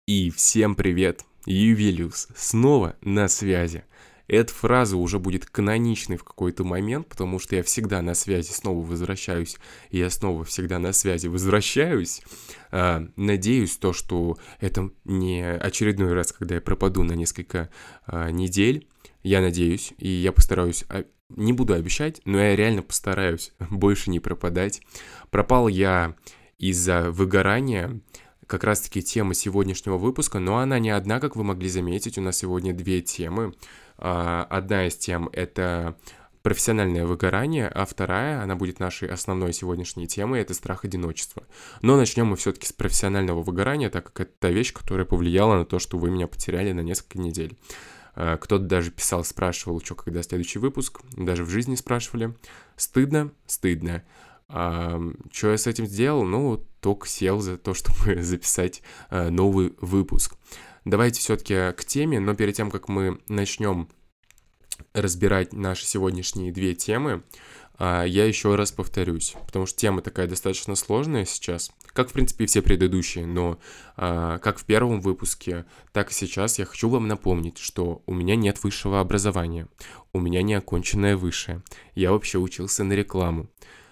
И всем привет! Ювелиус снова на связи. Эта фраза уже будет каноничной в какой-то момент, потому что я всегда на связи снова возвращаюсь, и я снова всегда на связи возвращаюсь. Надеюсь, что это не очередной раз, когда я пропаду на несколько недель. Я надеюсь, и я постараюсь, не буду обещать, но я реально постараюсь больше не пропадать. Пропал я из-за выгорания. Как раз-таки тема сегодняшнего выпуска, но она не одна, как вы могли заметить, у нас сегодня две темы. Одна из тем — это профессиональное выгорание, а вторая, она будет нашей основной сегодняшней темой, это страх одиночества. Но начнем мы все-таки с профессионального выгорания, так как это та вещь, которая повлияла на то, что вы меня потеряли на несколько недель. Кто-то даже писал, спрашивал, что когда следующий выпуск, даже в жизни спрашивали. Стыдно? Стыдно. Что я с этим сделал? Ну, только сел за то, чтобы записать новый выпуск. Давайте все-таки к теме, но перед тем, как мы начнем разбирать наши сегодняшние две темы, я еще раз повторюсь, потому что тема такая достаточно сложная сейчас, как, в принципе, и все предыдущие, но как в первом выпуске, так и сейчас я хочу вам напомнить, что у меня нет высшего образования, у меня не оконченное высшее, я вообще учился на рекламу.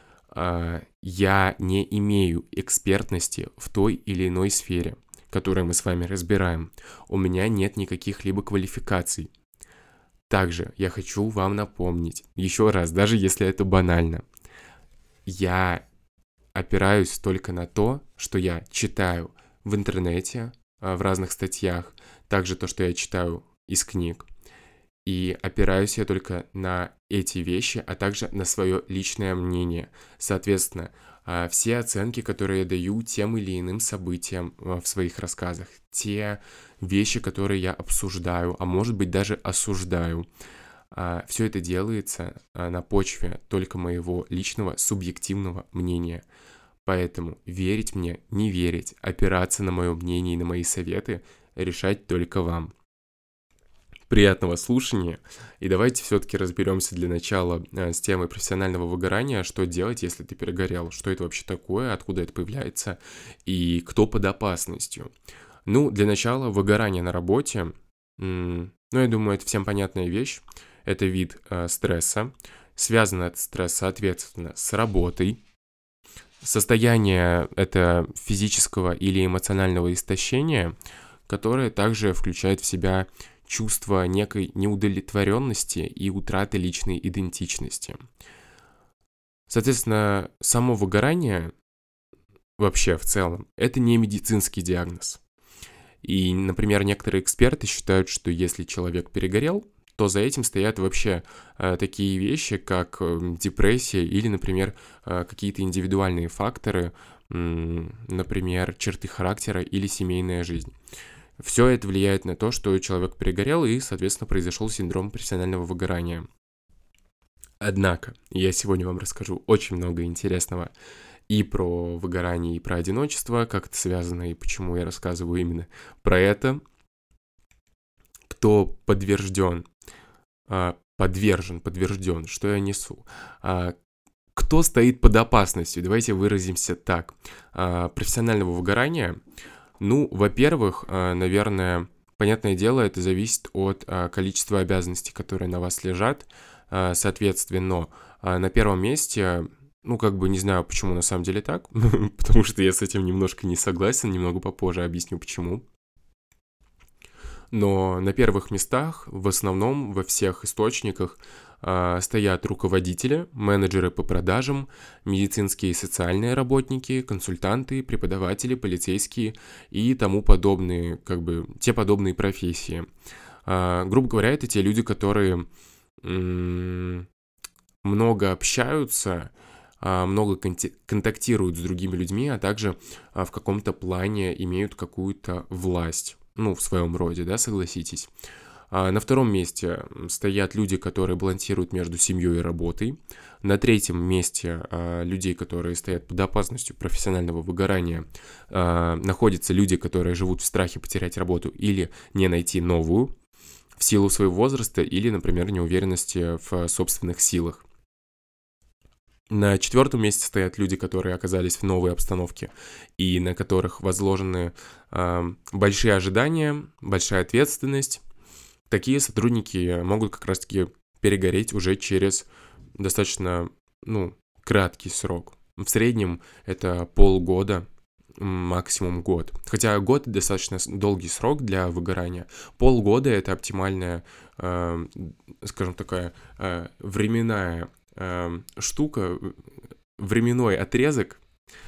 Я не имею экспертности в той или иной сфере, которую мы с вами разбираем. У меня нет никаких либо квалификаций. Также я хочу вам напомнить, еще раз, даже если это банально, я опираюсь только на то, что я читаю в интернете, в разных статьях, также то, что я читаю из книг. И опираюсь я только на эти вещи, а также на свое личное мнение. Соответственно, все оценки, которые я даю тем или иным событиям в своих рассказах, те вещи, которые я обсуждаю, а может быть даже осуждаю, все это делается на почве только моего личного субъективного мнения. Поэтому верить мне, не верить, опираться на мое мнение и на мои советы, решать только вам. Приятного слушания, и давайте все-таки разберемся для начала с темой профессионального выгорания, что делать, если ты перегорел, что это вообще такое, откуда это появляется и кто под опасностью. Ну, для начала выгорание на работе, я думаю, это всем понятная вещь, это вид стресса, связан этот стресс, соответственно, с работой. Состояние это физического или эмоционального истощения, которое также включает в себя чувство некой неудовлетворенности и утраты личной идентичности. Соответственно, само выгорание вообще в целом это не медицинский диагноз. И, например, некоторые эксперты считают, что если человек перегорел, то за этим стоят вообще такие вещи, как депрессия или, например, какие-то индивидуальные факторы, например, черты характера или семейная жизнь. Все это влияет на то, что человек перегорел и, соответственно, произошел синдром профессионального выгорания. Однако, я сегодня вам расскажу очень много интересного и про выгорание, и про одиночество, как это связано и почему я рассказываю именно про это. Кто подвержен, что я несу. Кто стоит под опасностью? Давайте выразимся так. Профессионального выгорания. Ну, во-первых, наверное, понятное дело, это зависит от количества обязанностей, которые на вас лежат. Соответственно, на первом месте, не знаю, почему на самом деле так, потому что я с этим немножко не согласен, немного попозже объясню, почему. Но на первых местах, в основном, во всех источниках, стоят руководители, менеджеры по продажам, медицинские и социальные работники, консультанты, преподаватели, полицейские и тому подобные, те подобные профессии. Грубо говоря, это те люди, которые много общаются, много контактируют с другими людьми, а также в каком-то плане имеют какую-то власть. В своем роде, да, согласитесь. На втором месте стоят люди, которые балансируют между семьей и работой. На третьем месте людей, которые стоят под опасностью профессионального выгорания, находятся люди, которые живут в страхе потерять работу или не найти новую в силу своего возраста или, например, неуверенности в собственных силах. На четвертом месте стоят люди, которые оказались в новой обстановке и на которых возложены большие ожидания, большая ответственность. Такие сотрудники могут как раз-таки перегореть уже через достаточно, краткий срок. В среднем это полгода, максимум год. Хотя год достаточно долгий срок для выгорания. Полгода это оптимальная, скажем, такая временная штука, временной отрезок,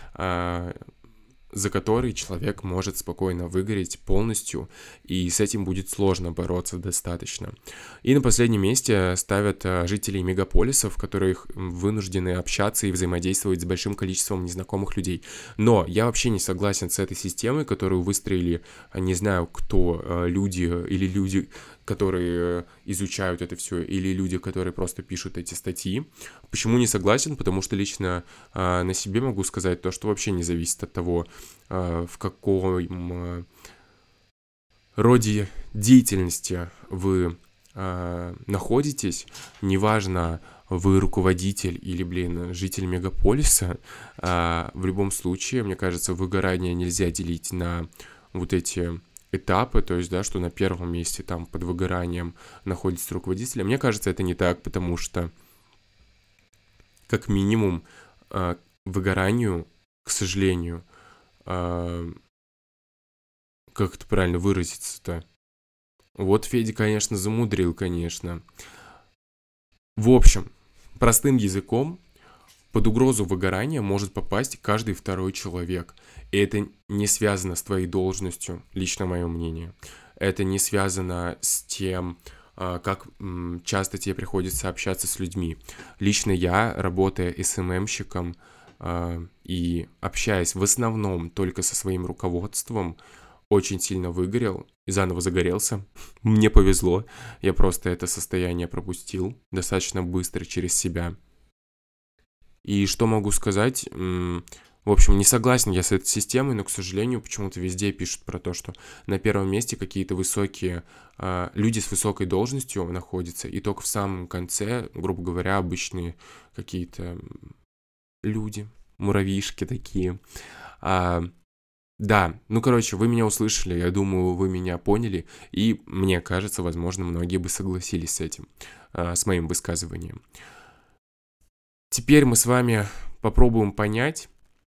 за который человек может спокойно выгореть полностью, и с этим будет сложно бороться достаточно. И на последнем месте ставят жителей мегаполисов, которые вынуждены общаться и взаимодействовать с большим количеством незнакомых людей. Но я вообще не согласен с этой системой, которую выстроили, не знаю кто, люди или люди, которые изучают это все, или люди, которые просто пишут эти статьи. Почему не согласен? Потому что лично на себе могу сказать то, что вообще не зависит от того, в каком роде деятельности вы находитесь, неважно, вы руководитель или, житель мегаполиса, в любом случае, мне кажется, выгорание нельзя делить на вот эти этапы, то есть, да, что на первом месте там под выгоранием находится руководитель. Мне кажется, это не так, потому что, как минимум, выгоранию, к сожалению, как это правильно выразиться-то? Вот Федя, конечно, замудрил, конечно. В общем, простым языком, под угрозу выгорания может попасть каждый второй человек. И это не связано с твоей должностью, лично мое мнение. Это не связано с тем, как часто тебе приходится общаться с людьми. Лично я, работая СММщиком и общаясь в основном только со своим руководством, очень сильно выгорел и заново загорелся. Мне повезло, я просто это состояние пропустил достаточно быстро через себя. И что могу сказать? В общем, не согласен я с этой системой, но, к сожалению, почему-то везде пишут про то, что на первом месте какие-то высокие люди с высокой должностью находятся, и только в самом конце, грубо говоря, обычные какие-то люди, муравьишки такие. Да, вы меня услышали, я думаю, вы меня поняли, и мне кажется, возможно, многие бы согласились с этим, с моим высказыванием. Теперь мы с вами попробуем понять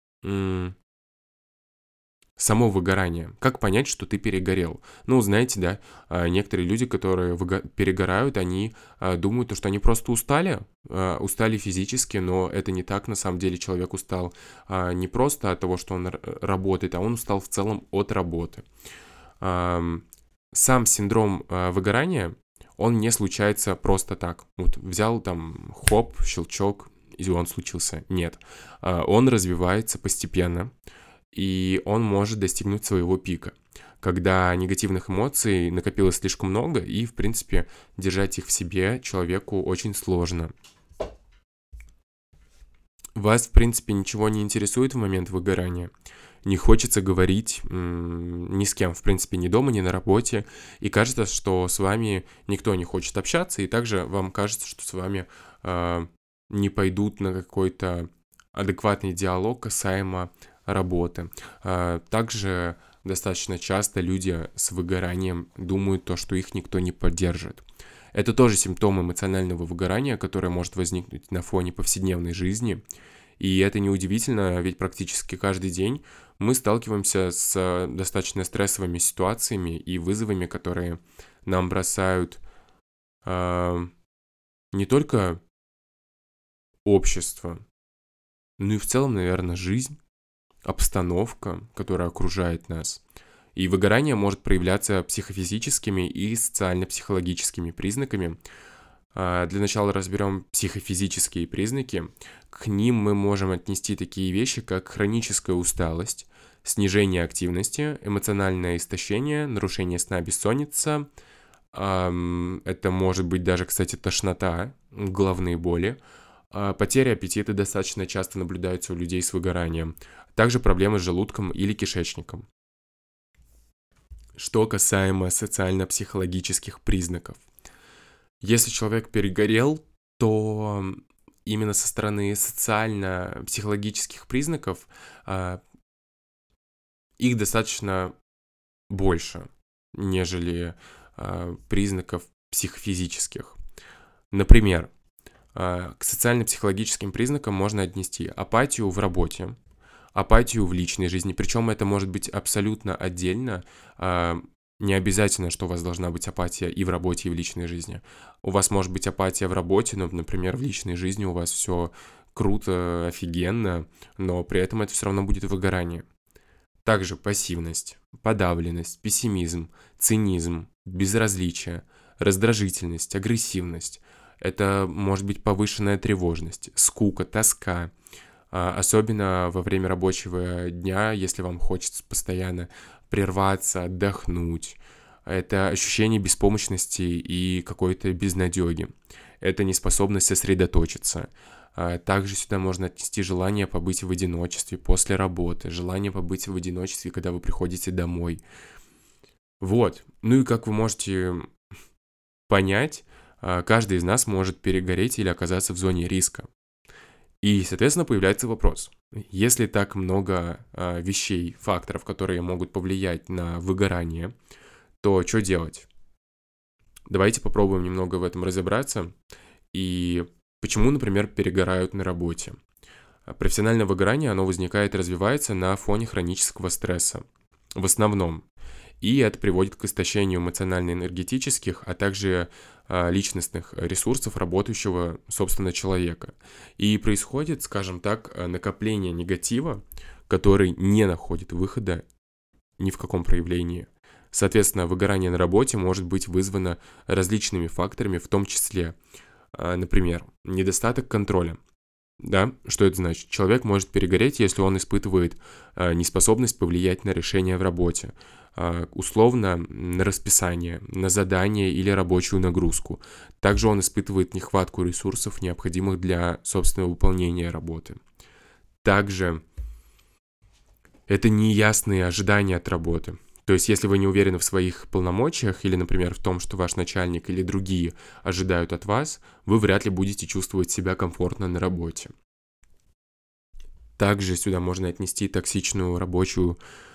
само выгорание. Как понять, что ты перегорел? Знаете, да, некоторые люди, которые перегорают, они думают, что они просто устали физически, но это не так. На самом деле человек устал не просто от того, что он работает, а он устал в целом от работы. Сам синдром выгорания, он не случается просто так. Вот взял там, хоп, щелчок, и он случился. Нет. Он развивается постепенно, и он может достигнуть своего пика, когда негативных эмоций накопилось слишком много, и, в принципе, держать их в себе человеку очень сложно. Вас, в принципе, ничего не интересует в момент выгорания? Не хочется говорить ни с кем, в принципе, ни дома, ни на работе, и кажется, что с вами никто не хочет общаться, и также вам кажется, что с вами не пойдут на какой-то адекватный диалог касаемо работы. Также достаточно часто люди с выгоранием думают то, что их никто не поддержит. Это тоже симптом эмоционального выгорания, которое может возникнуть на фоне повседневной жизни. И это неудивительно, ведь практически каждый день мы сталкиваемся с достаточно стрессовыми ситуациями и вызовами, которые нам бросают не только общество, но и в целом, наверное, жизнь, обстановка, которая окружает нас. И выгорание может проявляться психофизическими и социально-психологическими признаками. Для начала разберем психофизические признаки. К ним мы можем отнести такие вещи, как хроническая усталость, снижение активности, эмоциональное истощение, нарушение сна, бессонница. Это может быть даже, кстати, тошнота, головные боли. Потеря аппетита достаточно часто наблюдается у людей с выгоранием. Также проблемы с желудком или кишечником. Что касаемо социально-психологических признаков. Если человек перегорел, то именно со стороны социально-психологических признаков их достаточно больше, нежели признаков психофизических. Например, к социально-психологическим признакам можно отнести апатию в работе, апатию в личной жизни, причем это может быть абсолютно отдельно, не обязательно, что у вас должна быть апатия и в работе, и в личной жизни. У вас может быть апатия в работе, но, например, в личной жизни у вас все круто, офигенно, но при этом это все равно будет выгорание. Также пассивность, подавленность, пессимизм, цинизм, безразличие, раздражительность, агрессивность. Это может быть повышенная тревожность, скука, тоска. Особенно во время рабочего дня, если вам хочется постоянно прерваться, отдохнуть. Это ощущение беспомощности и какой-то безнадеги. Это неспособность сосредоточиться. Также сюда можно отнести желание побыть в одиночестве после работы, желание побыть в одиночестве, когда вы приходите домой. Вот. Ну и как вы можете понять, каждый из нас может перегореть или оказаться в зоне риска. И, соответственно, появляется вопрос. Если так много вещей, факторов, которые могут повлиять на выгорание, то что делать? Давайте попробуем немного в этом разобраться. И почему, например, перегорают на работе? Профессиональное выгорание, оно возникает и развивается на фоне хронического стресса. В основном. И это приводит к истощению эмоционально-энергетических, а также личностных ресурсов работающего, собственно, человека. И происходит, скажем так, накопление негатива, который не находит выхода ни в каком проявлении. Соответственно, выгорание на работе может быть вызвано различными факторами, в том числе, например, недостаток контроля. Да, что это значит? Человек может перегореть, если он испытывает неспособность повлиять на решение в работе, условно на расписание, на задание или рабочую нагрузку. Также он испытывает нехватку ресурсов, необходимых для собственного выполнения работы. Также это неясные ожидания от работы. То есть, если вы не уверены в своих полномочиях или, например, в том, что ваш начальник или другие ожидают от вас, вы вряд ли будете чувствовать себя комфортно на работе. Также сюда можно отнести токсичную рабочую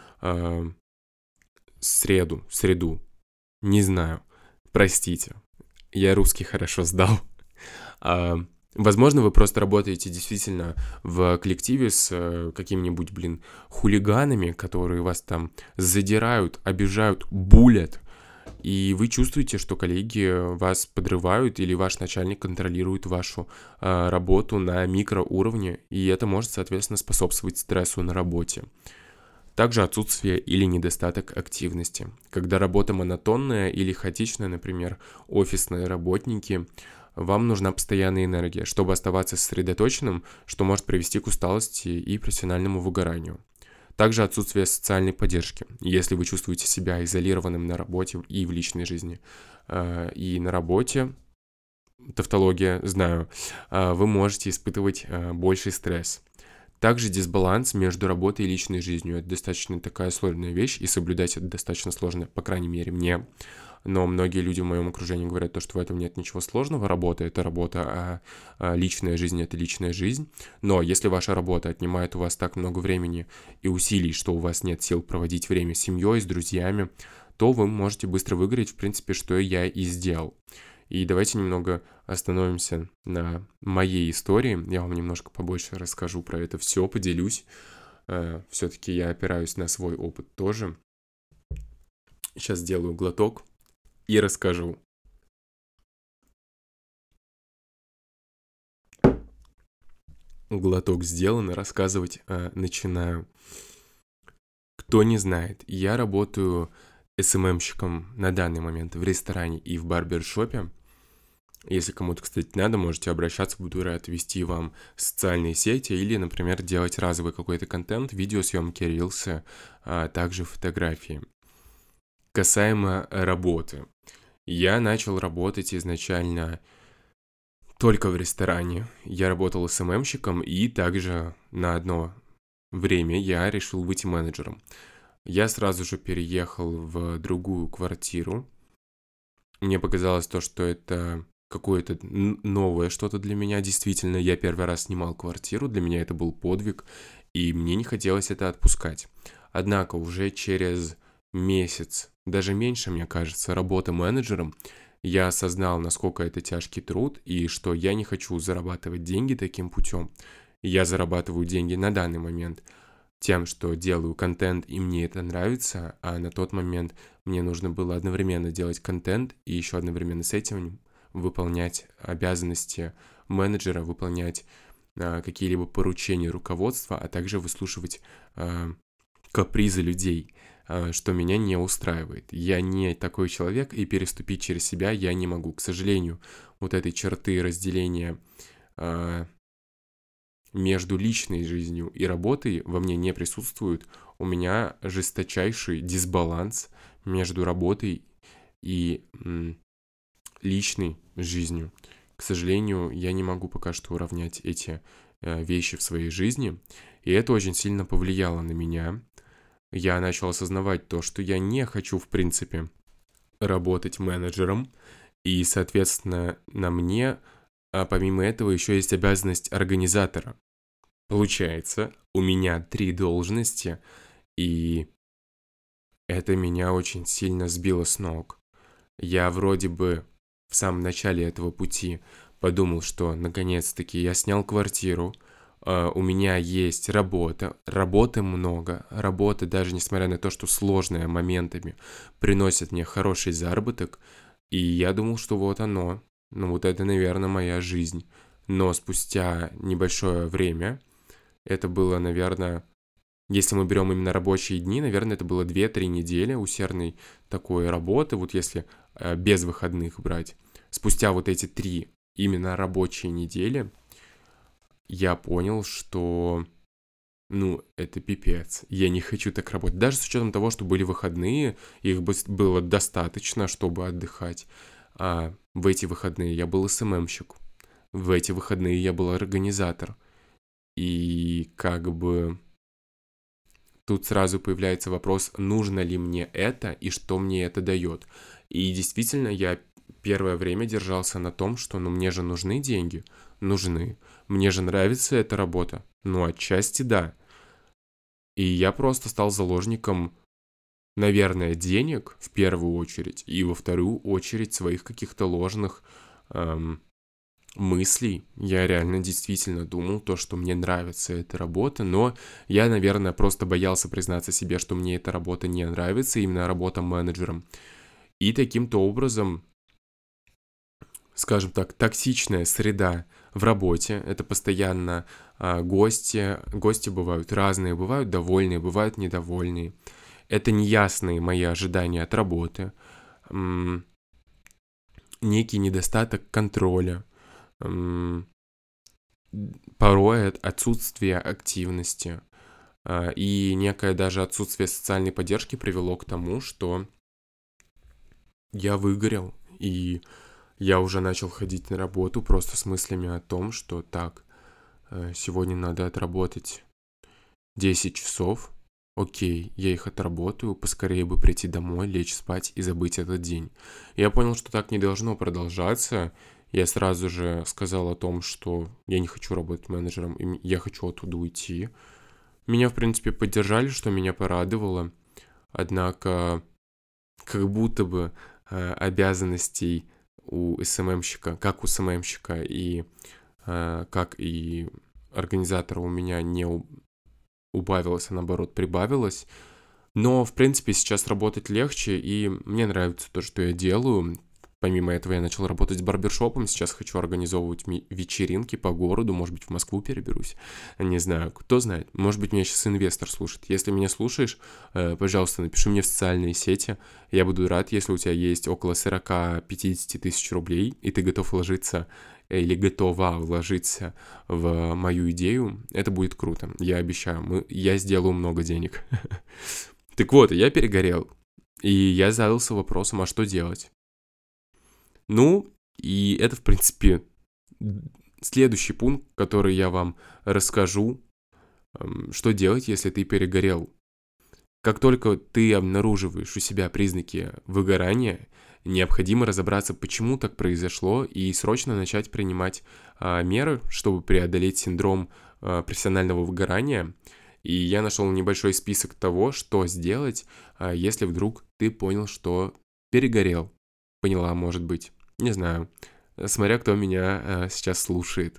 среду. Не знаю. Простите. Я русский хорошо сдал. Возможно, вы просто работаете действительно в коллективе с какими-нибудь, хулиганами, которые вас там задирают, обижают, булят, и вы чувствуете, что коллеги вас подрывают или ваш начальник контролирует вашу работу на микроуровне, и это может, соответственно, способствовать стрессу на работе. Также отсутствие или недостаток активности. Когда работа монотонная или хаотичная, например, офисные работники, вам нужна постоянная энергия, чтобы оставаться сосредоточенным, что может привести к усталости и профессиональному выгоранию. Также отсутствие социальной поддержки. Если вы чувствуете себя изолированным на работе и в личной жизни, и на работе, тавтология, знаю, вы можете испытывать больший стресс. Также дисбаланс между работой и личной жизнью. Это достаточно такая сложная вещь, и соблюдать это достаточно сложно, по крайней мере, мне. Но многие люди в моем окружении говорят, то, что в этом нет ничего сложного. Работа — это работа, а личная жизнь — это личная жизнь. Но если ваша работа отнимает у вас так много времени и усилий, что у вас нет сил проводить время с семьей, с друзьями, то вы можете быстро выгореть, в принципе, что я и сделал. И давайте немного остановимся на моей истории. Я вам немножко побольше расскажу про это все, поделюсь. Все-таки я опираюсь на свой опыт тоже. Сейчас сделаю глоток и расскажу. Глоток сделан, рассказывать начинаю. Кто не знает, я работаю СММщиком на данный момент в ресторане и в барбершопе. Если кому-то, кстати, надо, можете обращаться, буду рад вести вам социальные сети или, например, делать разовый какой-то контент, видеосъемки, рилсы, а также фотографии. Касаемо работы. Я начал работать изначально только в ресторане. Я работал СММщиком, и также на одно время я решил быть менеджером. Я сразу же переехал в другую квартиру. Мне показалось то, что это какое-то новое что-то для меня. Действительно, я первый раз снимал квартиру, для меня это был подвиг, и мне не хотелось это отпускать. Однако уже через месяц, даже меньше, мне кажется, работы менеджером, я осознал, насколько это тяжкий труд, и что я не хочу зарабатывать деньги таким путем. Я зарабатываю деньги на данный момент тем, что делаю контент, и мне это нравится, а на тот момент мне нужно было одновременно делать контент и еще одновременно с этим выполнять обязанности менеджера, выполнять какие-либо поручения руководства, а также выслушивать капризы людей, что меня не устраивает. Я не такой человек, и переступить через себя я не могу. К сожалению, вот этой черты разделения между личной жизнью и работой во мне не присутствует. У меня жесточайший дисбаланс между работой и личной жизнью. К сожалению, я не могу пока что уравнять эти вещи в своей жизни, и это очень сильно повлияло на меня. Я начал осознавать то, что я не хочу, в принципе, работать менеджером, и, соответственно, на мне, помимо этого, еще есть обязанность организатора. Получается, у меня 3 должности, и это меня очень сильно сбило с ног. Я вроде бы в самом начале этого пути подумал, что наконец-таки я снял квартиру, у меня есть работа, работы много, работа, даже несмотря на то, что сложная моментами, приносит мне хороший заработок, и я думал, что вот оно, ну вот это, наверное, моя жизнь. Но спустя небольшое время, это было, наверное, если мы берем именно рабочие дни, наверное, это было 2-3 недели усердной такой работы, вот если без выходных брать. Спустя вот эти 3 именно рабочие недели я понял, что, ну, это пипец. Я не хочу так работать. Даже с учетом того, что были выходные, их было достаточно, чтобы отдыхать. А в эти выходные я был СММщик. В эти выходные я был организатор. И как бы тут сразу появляется вопрос, нужно ли мне это и что мне это дает. И действительно, я первое время держался на том, что ну мне же нужны деньги. Нужны. Мне же нравится эта работа. Ну, отчасти да. И я просто стал заложником, наверное, денег в первую очередь, и во вторую очередь своих каких-то ложных мыслей. Я реально действительно думал то, что мне нравится эта работа, но я, наверное, просто боялся признаться себе, что мне эта работа не нравится, именно работа менеджером. И таким-то образом, скажем так, токсичная среда в работе, это постоянно гости бывают разные, бывают довольные, бывают недовольные. Это неясные мои ожидания от работы, некий недостаток контроля, порой отсутствие активности и некое даже отсутствие социальной поддержки привело к тому, что я выгорел, и я уже начал ходить на работу просто с мыслями о том, что так, сегодня надо отработать 10 часов, окей, я их отработаю, поскорее бы прийти домой, лечь спать и забыть этот день. Я понял, что так не должно продолжаться. Я сразу же сказал о том, что я не хочу работать менеджером, и я хочу оттуда уйти. Меня, в принципе, поддержали, что меня порадовало. Однако, как будто бы обязанностей у СММщика, как у СММщика и как и организатора у меня не убавилось, а наоборот прибавилось. Но, в принципе, сейчас работать легче, и мне нравится то, что я делаю. Помимо этого я начал работать с барбершопом, сейчас хочу организовывать вечеринки по городу, может быть, в Москву переберусь, не знаю, кто знает, может быть, меня сейчас инвестор слушает. Если меня слушаешь, пожалуйста, напиши мне в социальные сети, я буду рад, если у тебя есть около 40-50 тысяч рублей, и ты готов вложиться или готова вложиться в мою идею, это будет круто, я обещаю, я сделаю много денег. Так вот, я перегорел, и я задался вопросом, а что делать? Ну, и это, в принципе, следующий пункт, который я вам расскажу, что делать, если ты перегорел. Как только ты обнаруживаешь у себя признаки выгорания, необходимо разобраться, почему так произошло, и срочно начать принимать меры, чтобы преодолеть синдром профессионального выгорания. И я нашел небольшой список того, что сделать, если вдруг ты понял, что перегорел. Поняла, может быть. Не знаю. Смотря кто меня сейчас слушает.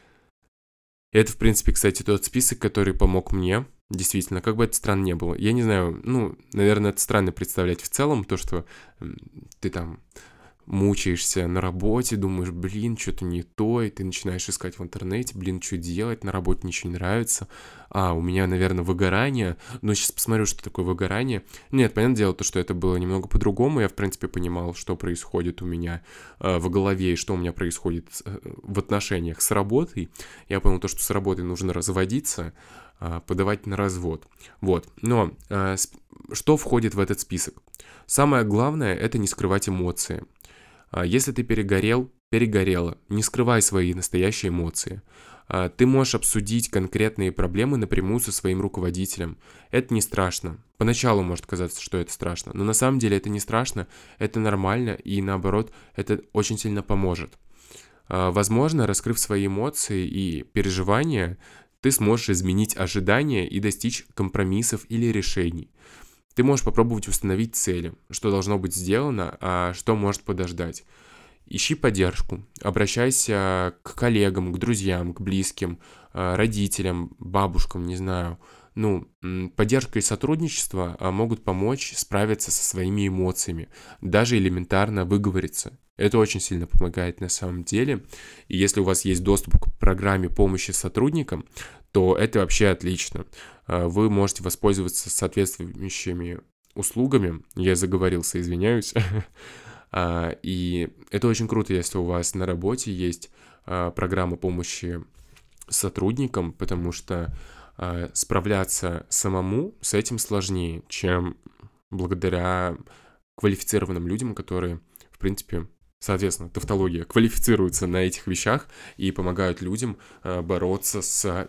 Это, в принципе, кстати, тот список, который помог мне. Действительно, как бы это странно не было. Я не знаю, наверное, это странно представлять в целом, то, что ты там мучаешься на работе, думаешь, блин, что-то не то, и ты начинаешь искать в интернете, блин, что делать, на работе ничего не нравится, у меня, наверное, выгорание, но сейчас посмотрю, что такое выгорание. Нет, понятное дело, то, что это было немного по-другому, я, в принципе, понимал, что происходит у меня в голове, и что у меня происходит в отношениях с работой. Я понял то, что с работой нужно разводиться, подавать на развод. Вот, но что входит в этот список? Самое главное — это не скрывать эмоции. Если ты перегорела, не скрывай свои настоящие эмоции. Ты можешь обсудить конкретные проблемы напрямую со своим руководителем. Это не страшно. Поначалу может казаться, что это страшно, но на самом деле это не страшно, это нормально, и наоборот, это очень сильно поможет. Возможно, раскрыв свои эмоции и переживания, ты сможешь изменить ожидания и достичь компромиссов или решений. Ты можешь попробовать установить цели, что должно быть сделано, а что может подождать. Ищи поддержку, обращайся к коллегам, к друзьям, к близким, родителям, бабушкам, не знаю. Поддержка и сотрудничество могут помочь справиться со своими эмоциями, даже элементарно выговориться. Это очень сильно помогает на самом деле. И если у вас есть доступ к программе помощи сотрудникам, то это вообще отлично. Вы можете воспользоваться соответствующими услугами. Я заговорился, извиняюсь. И это очень круто, если у вас на работе есть программа помощи сотрудникам, потому что справляться самому с этим сложнее, чем благодаря квалифицированным людям, которые, в принципе, соответственно, тавтология, квалифицируются на этих вещах и помогают людям бороться с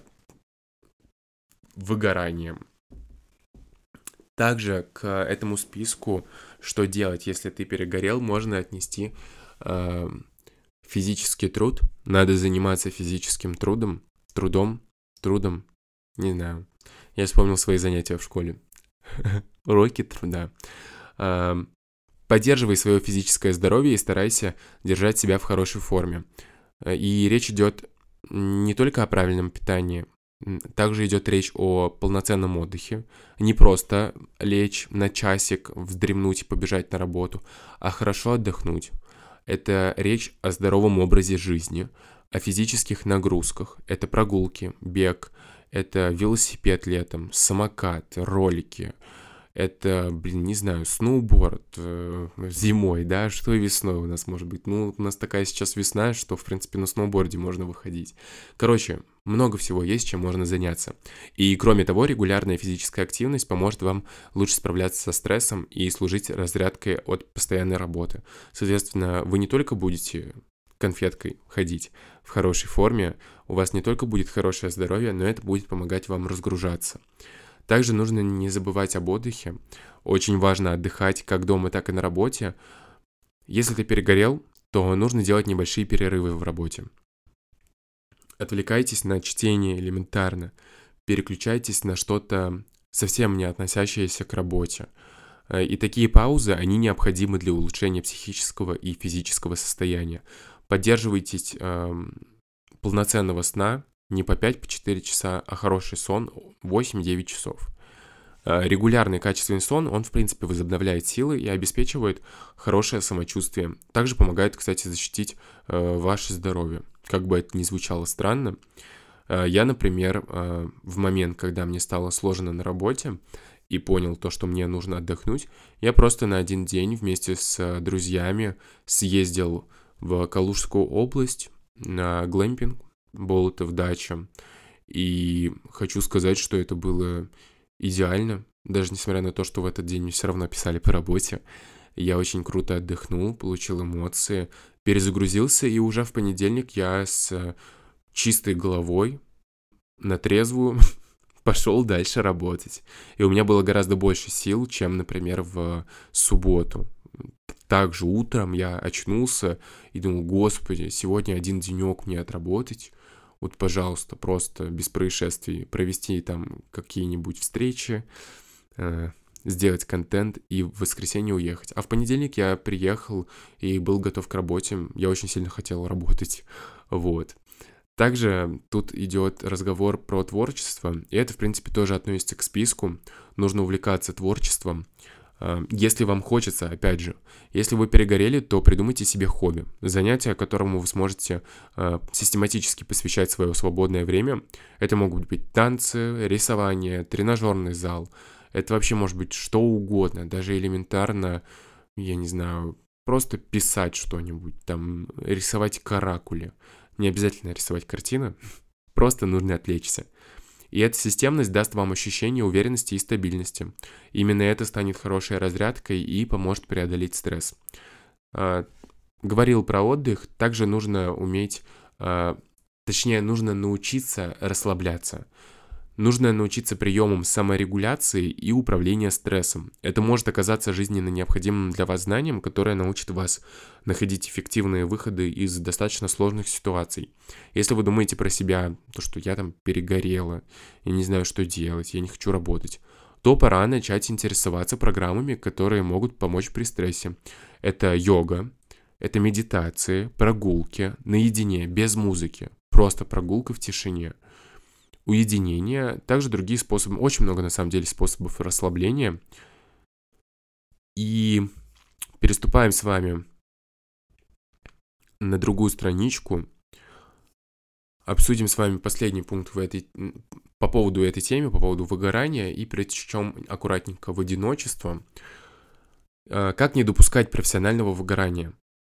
выгоранием. Также к этому списку, что делать, если ты перегорел, можно отнести физический труд. Надо заниматься физическим трудом, не знаю. Я вспомнил свои занятия в школе. Уроки труда. Поддерживай свое физическое здоровье и старайся держать себя в хорошей форме. И речь идет не только о правильном питании, также идет речь о полноценном отдыхе. Не просто лечь на часик, вздремнуть и побежать на работу, а хорошо отдохнуть. Это речь о здоровом образе жизни, о физических нагрузках. Это прогулки, бег, это велосипед летом, самокат, ролики. Это, не знаю, сноуборд зимой, да, что и весной у нас может быть. У нас такая сейчас весна, что, в принципе, на сноуборде можно выходить. Короче, много всего есть, чем можно заняться. И, кроме того, регулярная физическая активность поможет вам лучше справляться со стрессом и служить разрядкой от постоянной работы. Соответственно, вы не только будете конфеткой ходить в хорошей форме, у вас не только будет хорошее здоровье, но это будет помогать вам разгружаться. Также нужно не забывать об отдыхе. Очень важно отдыхать как дома, так и на работе. Если ты перегорел, то нужно делать небольшие перерывы в работе. Отвлекайтесь на чтение элементарно. Переключайтесь на что-то совсем не относящееся к работе. И такие паузы, они необходимы для улучшения психического и физического состояния. Поддерживайтесь полноценного сна, не по 5-4 часа, а хороший сон 8-9 часов. Регулярный качественный сон, он, в принципе, возобновляет силы и обеспечивает хорошее самочувствие. Также помогает, кстати, защитить ваше здоровье. Как бы это ни звучало странно. Я, например, в момент, когда мне стало сложно на работе и понял то, что мне нужно отдохнуть, я просто на один день вместе с друзьями съездил в Калужскую область на глэмпинг, Болотов дача. И хочу сказать, что это было идеально, даже несмотря на то, что в этот день мне все равно писали по работе. Я очень круто отдохнул, получил эмоции, перезагрузился, и уже в понедельник я с чистой головой, на трезвую, пошел дальше работать. И у меня было гораздо больше сил, чем, например, в субботу. Также утром я очнулся и думал, господи, сегодня один денек мне отработать. Вот, пожалуйста, просто без происшествий провести там какие-нибудь встречи, сделать контент и в воскресенье уехать. А в понедельник я приехал и был готов к работе. Я очень сильно хотел работать. Вот. Также тут идет разговор про творчество, и это, в принципе, тоже относится к списку. Нужно увлекаться творчеством. Если вам хочется, опять же, если вы перегорели, то придумайте себе хобби. Занятие, которому вы сможете систематически посвящать свое свободное время. Это могут быть танцы, рисование, тренажерный зал. Это вообще может быть что угодно, даже элементарно, я не знаю, просто писать что-нибудь, там, рисовать каракули. Не обязательно рисовать картины, просто нужно отвлечься. И эта системность даст вам ощущение уверенности и стабильности. Именно это станет хорошей разрядкой и поможет преодолеть стресс. Говорил про отдых, также нужно уметь, точнее, нужно научиться расслабляться. Нужно научиться приемам саморегуляции и управления стрессом. Это может оказаться жизненно необходимым для вас знанием, которое научит вас находить эффективные выходы из достаточно сложных ситуаций. Если вы думаете про себя, то что я там перегорела, я не знаю, что делать, я не хочу работать, то пора начать интересоваться программами, которые могут помочь при стрессе. Это йога, это медитации, прогулки наедине, без музыки, просто прогулка в тишине. Уединение, также другие способы, очень много на самом деле способов расслабления. И переступаем с вами на другую страничку, обсудим с вами последний пункт по поводу этой темы, по поводу выгорания, и причем аккуратненько в одиночество. Как не допускать профессионального выгорания?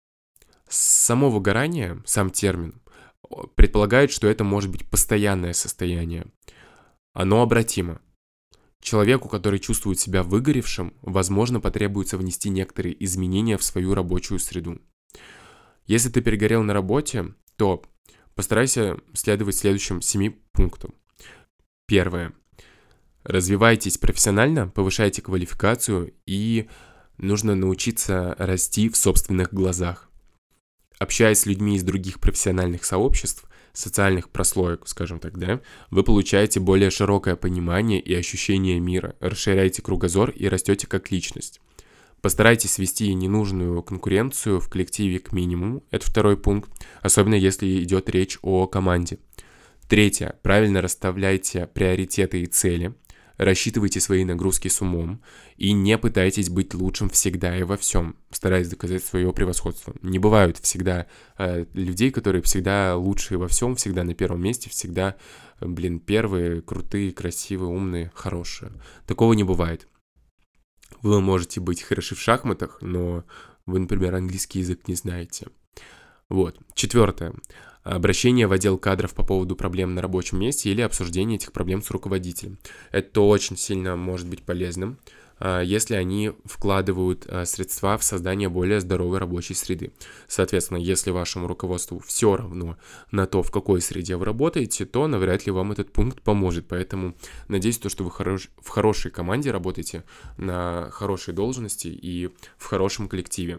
Само выгорание, сам термин, предполагает, что это может быть постоянное состояние. Оно обратимо. Человеку, который чувствует себя выгоревшим, возможно, потребуется внести некоторые изменения в свою рабочую среду. Если ты перегорел на работе, то постарайся следовать следующим 7 пунктам. Первое. Развивайтесь профессионально, повышайте квалификацию, и нужно научиться расти в собственных глазах. Общаясь с людьми из других профессиональных сообществ, социальных прослоек, скажем так, да, вы получаете более широкое понимание и ощущение мира, расширяете кругозор и растете как личность. Постарайтесь свести ненужную конкуренцию в коллективе к минимуму, это второй пункт, особенно если идет речь о команде. Третье. Правильно расставляйте приоритеты и цели. Рассчитывайте свои нагрузки с умом и не пытайтесь быть лучшим всегда и во всем, стараясь доказать свое превосходство. Не бывают всегда людей, которые всегда лучшие во всем, всегда на первом месте, всегда, первые, крутые, красивые, умные, хорошие. Такого не бывает. Вы можете быть хороши в шахматах, но вы, например, английский язык не знаете. Вот. Четвертое. Обращение в отдел кадров по поводу проблем на рабочем месте или обсуждение этих проблем с руководителем. Это очень сильно может быть полезным, если они вкладывают средства в создание более здоровой рабочей среды. Соответственно, если вашему руководству все равно на то, в какой среде вы работаете, то навряд ли вам этот пункт поможет. Поэтому надеюсь, что вы в хорошей команде работаете, на хорошей должности и в хорошем коллективе.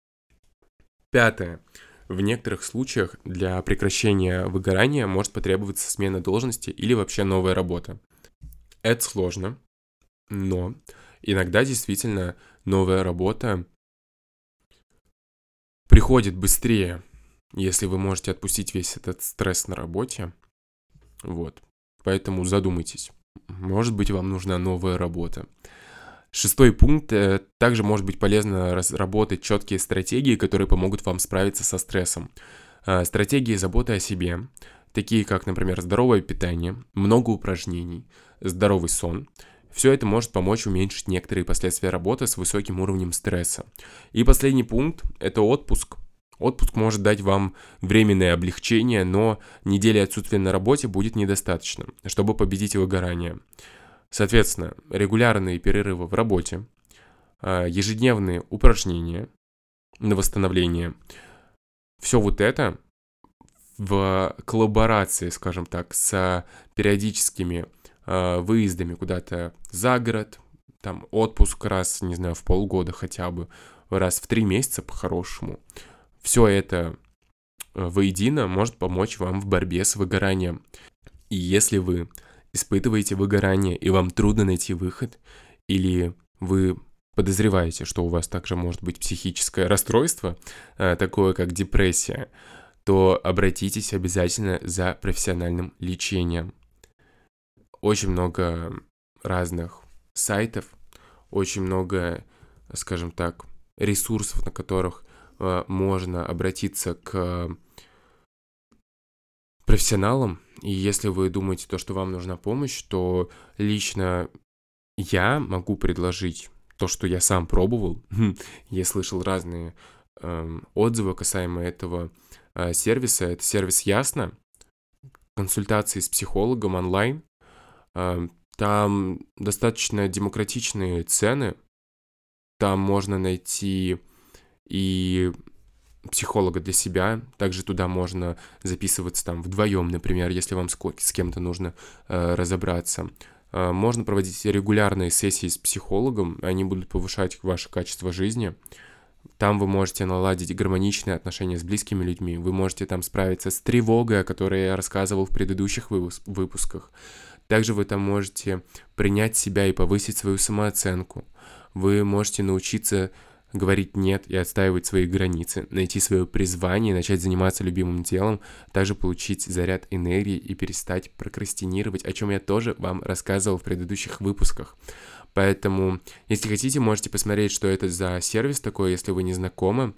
Пятое. В некоторых случаях для прекращения выгорания может потребоваться смена должности или вообще новая работа. Это сложно, но иногда действительно новая работа приходит быстрее, если вы можете отпустить весь этот стресс на работе. Вот. Поэтому задумайтесь. Может быть, вам нужна новая работа. Шестой пункт. Также может быть полезно разработать четкие стратегии, которые помогут вам справиться со стрессом. Стратегии заботы о себе, такие как, например, здоровое питание, много упражнений, здоровый сон. Все это может помочь уменьшить некоторые последствия работы с высоким уровнем стресса. И последний пункт – это отпуск. Отпуск может дать вам временное облегчение, но недели отсутствия на работе будет недостаточно, чтобы победить выгорание. Соответственно, регулярные перерывы в работе, ежедневные упражнения на восстановление. Все вот это в коллаборации, скажем так, с периодическими выездами куда-то за город, там отпуск раз, не знаю, в полгода хотя бы, раз в 3 месяца по-хорошему. Все это воедино может помочь вам в борьбе с выгоранием. И если вы испытываете выгорание и вам трудно найти выход, или вы подозреваете, что у вас также может быть психическое расстройство, такое как депрессия, то обратитесь обязательно за профессиональным лечением. Очень много разных сайтов, очень много, скажем так, ресурсов, на которых можно обратиться к профессионалам. И если вы думаете, то, что вам нужна помощь, то лично я могу предложить то, что я сам пробовал. Я слышал разные отзывы касаемо этого сервиса. Это сервис Ясно, консультации с психологом онлайн. Там достаточно демократичные цены. Там можно найти и психолога для себя. Также туда можно записываться там вдвоем, например, если вам с кем-то нужно разобраться. Можно проводить регулярные сессии с психологом, они будут повышать ваше качество жизни. Там вы можете наладить гармоничные отношения с близкими людьми. Вы можете там справиться с тревогой, о которой я рассказывал в предыдущих выпусках. Также вы там можете принять себя и повысить свою самооценку. Вы можете научиться говорить «нет» и отстаивать свои границы, найти свое призвание, начать заниматься любимым делом, также получить заряд энергии и перестать прокрастинировать, о чем я тоже вам рассказывал в предыдущих выпусках. Поэтому, если хотите, можете посмотреть, что это за сервис такой, если вы не знакомы.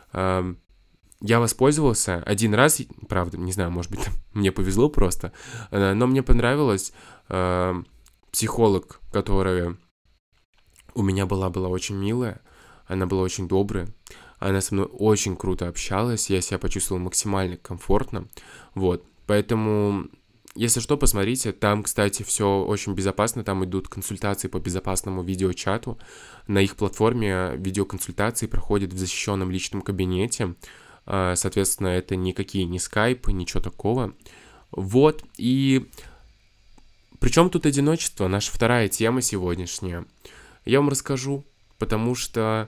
Я воспользовался один раз, правда, не знаю, может быть, мне повезло просто, но мне понравилось. Психолог, которая у меня была очень милая, она была очень добрая, она со мной очень круто общалась, я себя почувствовал максимально комфортно, вот, поэтому, если что, посмотрите, там, кстати, все очень безопасно, там идут консультации по безопасному видеочату, на их платформе видеоконсультации проходят в защищенном личном кабинете, соответственно, это никакие не скайпы, ничего такого, вот, и причем тут одиночество, наша вторая тема сегодняшняя, я вам расскажу. Потому что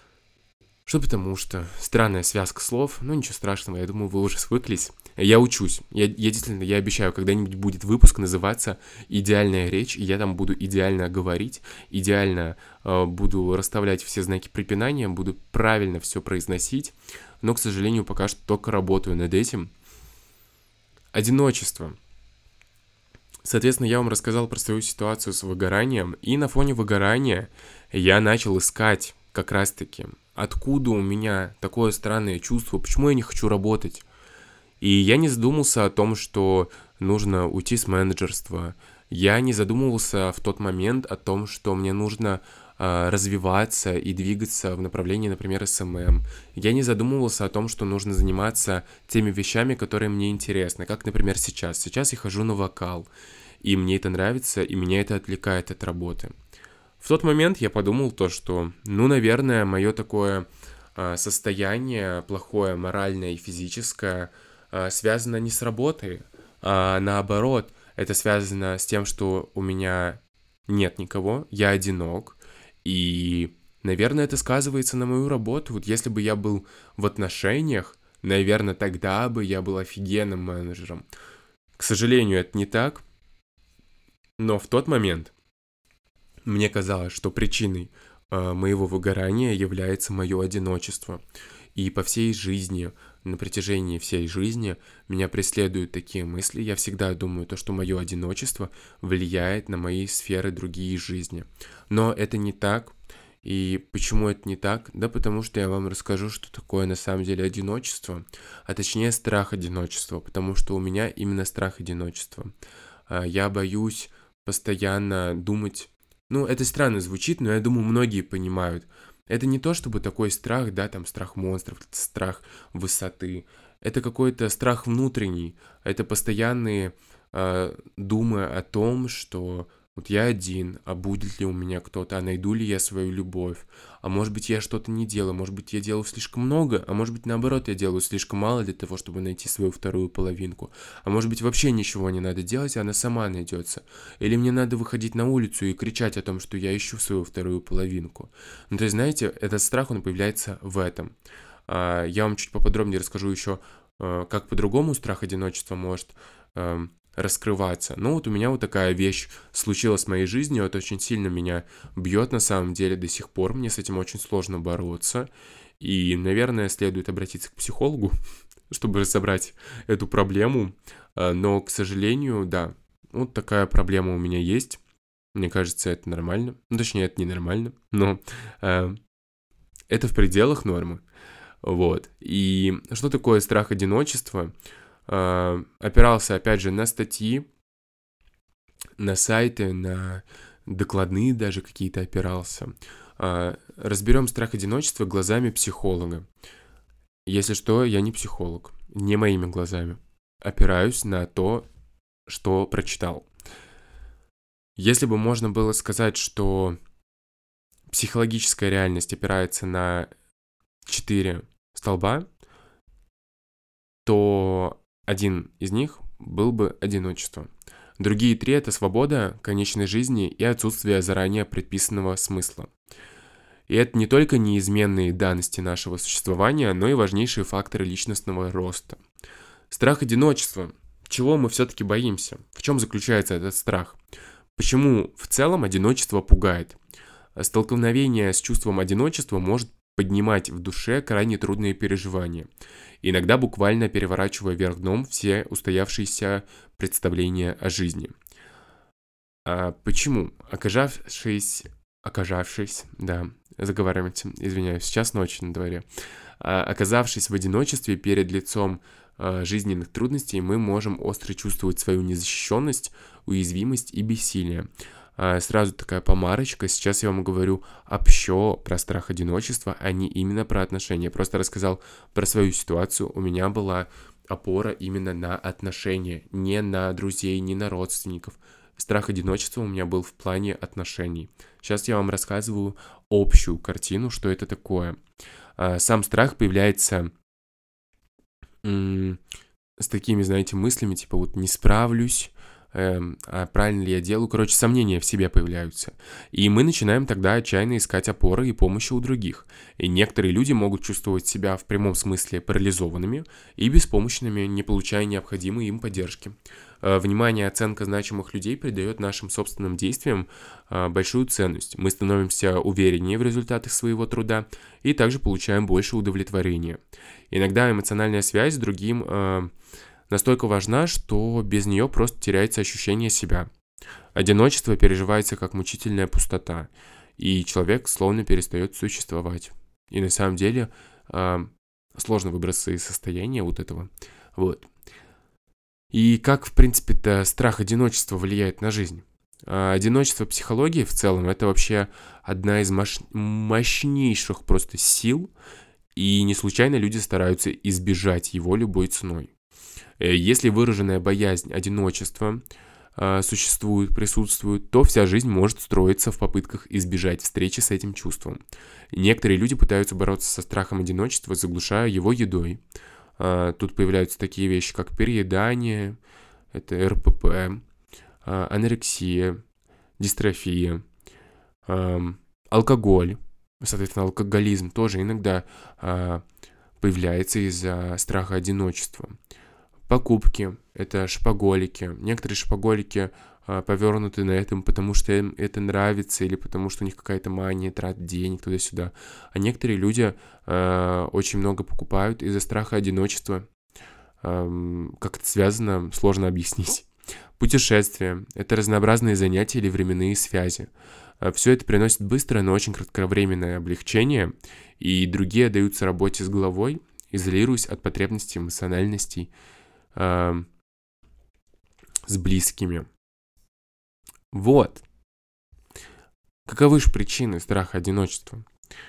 странная связка слов, но ничего страшного, я думаю, вы уже свыклись. Я учусь, я действительно, я обещаю, когда-нибудь будет выпуск называться «Идеальная речь», и я там буду идеально говорить, идеально буду расставлять все знаки препинания, буду правильно все произносить, но, к сожалению, пока что только работаю над этим. Одиночество. Соответственно, я вам рассказал про свою ситуацию с выгоранием, и на фоне выгорания я начал искать как раз-таки, откуда у меня такое странное чувство, почему я не хочу работать. И я не задумался о том, что нужно уйти с менеджерства. Я не задумывался в тот момент о том, что мне нужно развиваться и двигаться в направлении, например, СММ. Я не задумывался о том, что нужно заниматься теми вещами, которые мне интересны, как, например, сейчас. Сейчас я хожу на вокал, и мне это нравится, и меня это отвлекает от работы. В тот момент я подумал то, что, наверное, мое такое состояние плохое, моральное и физическое, связано не с работой, а наоборот, это связано с тем, что у меня нет никого, я одинок, и, наверное, это сказывается на мою работу. Вот если бы я был в отношениях, наверное, тогда бы я был офигенным менеджером. К сожалению, это не так, но в тот момент мне казалось, что причиной моего выгорания является мое одиночество. И по всей жизни, на протяжении всей жизни меня преследуют такие мысли. Я всегда думаю, то, что мое одиночество влияет на мои сферы другие жизни. Но это не так. И почему это не так? Да потому что я вам расскажу, что такое на самом деле одиночество, а точнее страх одиночества, потому что у меня именно страх одиночества. Я боюсь постоянно думать. Это странно звучит, но я думаю, многие понимают. Это не то, чтобы такой страх, да, там страх монстров, страх высоты. Это какой-то страх внутренний. Это постоянные думы о том, что Вот я один, а будет ли у меня кто-то, а найду ли я свою любовь? А может быть, я что-то не делаю, может быть, я делаю слишком много, а может быть, наоборот, я делаю слишком мало для того, чтобы найти свою вторую половинку. А может быть, вообще ничего не надо делать, она сама найдется. Или мне надо выходить на улицу и кричать о том, что я ищу свою вторую половинку. Ну, то есть, знаете, этот страх, он появляется в этом. Я вам чуть поподробнее расскажу еще, как по-другому страх одиночества может раскрываться. Ну вот у меня вот такая вещь случилась в моей жизни, это очень сильно меня бьет на самом деле до сих пор, мне с этим очень сложно бороться, и, наверное, следует обратиться к психологу, чтобы разобрать эту проблему, но, к сожалению, да, вот такая проблема у меня есть, мне кажется, это нормально, ну, точнее, это ненормально, но это в пределах нормы, вот. И что такое страх одиночества? Опирался, опять же, на статьи, на сайты, на докладные даже какие-то опирался. Разберем страх одиночества глазами психолога. Если что, я не психолог, не моими глазами. Опираюсь на то, что прочитал. Если бы можно было сказать, что психологическая реальность опирается на 4 столба, то один из них был бы одиночество. Другие 3 – это свобода конечной жизни и отсутствие заранее предписанного смысла. И это не только неизменные данности нашего существования, но и важнейшие факторы личностного роста. Страх одиночества. Чего мы все-таки боимся? В чем заключается этот страх? Почему в целом одиночество пугает? Столкновение с чувством одиночества может поднимать в душе крайне трудные переживания, иногда буквально переворачивая вверх дном все устоявшиеся представления о жизни. Почему? Извиняюсь, сейчас ночь на дворе. Оказавшись в одиночестве перед лицом жизненных трудностей, мы можем остро чувствовать свою незащищенность, уязвимость и бессилие. Сразу такая помарочка, сейчас я вам говорю общо про страх одиночества, а не именно про отношения. Просто рассказал про свою ситуацию, у меня была опора именно на отношения, не на друзей, не на родственников. Страх одиночества у меня был в плане отношений. Сейчас я вам рассказываю общую картину, что это такое. Сам страх появляется с такими, знаете, мыслями, типа вот не справлюсь, а правильно ли я делаю, короче, сомнения в себе появляются. И мы начинаем тогда отчаянно искать опоры и помощи у других. И некоторые люди могут чувствовать себя в прямом смысле парализованными и беспомощными, не получая необходимой им поддержки. Внимание и оценка значимых людей придает нашим собственным действиям большую ценность. Мы становимся увереннее в результатах своего труда и также получаем больше удовлетворения. Иногда эмоциональная связь с другим настолько важна, что без нее просто теряется ощущение себя. Одиночество переживается как мучительная пустота, и человек словно перестает существовать. И на самом деле сложно выбраться из состояния вот этого. Вот. И как, в принципе-то, страх одиночества влияет на жизнь? Одиночество в психологии в целом – это вообще одна из мощнейших просто сил, и не случайно люди стараются избежать его любой ценой. Если выраженная боязнь одиночества присутствует, то вся жизнь может строиться в попытках избежать встречи с этим чувством. Некоторые люди пытаются бороться со страхом одиночества, заглушая его едой. Тут появляются такие вещи, как переедание, это РПП, анорексия, дистрофия, алкоголь. Соответственно, алкоголизм тоже иногда появляется из-за страха одиночества. Покупки – это шопоголики. Некоторые шопоголики повернуты на этом, потому что им это нравится, или потому что у них какая-то мания трат денег туда-сюда. А некоторые люди очень много покупают из-за страха одиночества. Как это связано, сложно объяснить. Путешествия – это разнообразные занятия или временные связи. Все это приносит быстрое, но очень кратковременное облегчение, и другие отдаются работе с головой, изолируясь от потребностей, эмоциональностей, с близкими. Вот. Каковы же причины страха одиночества?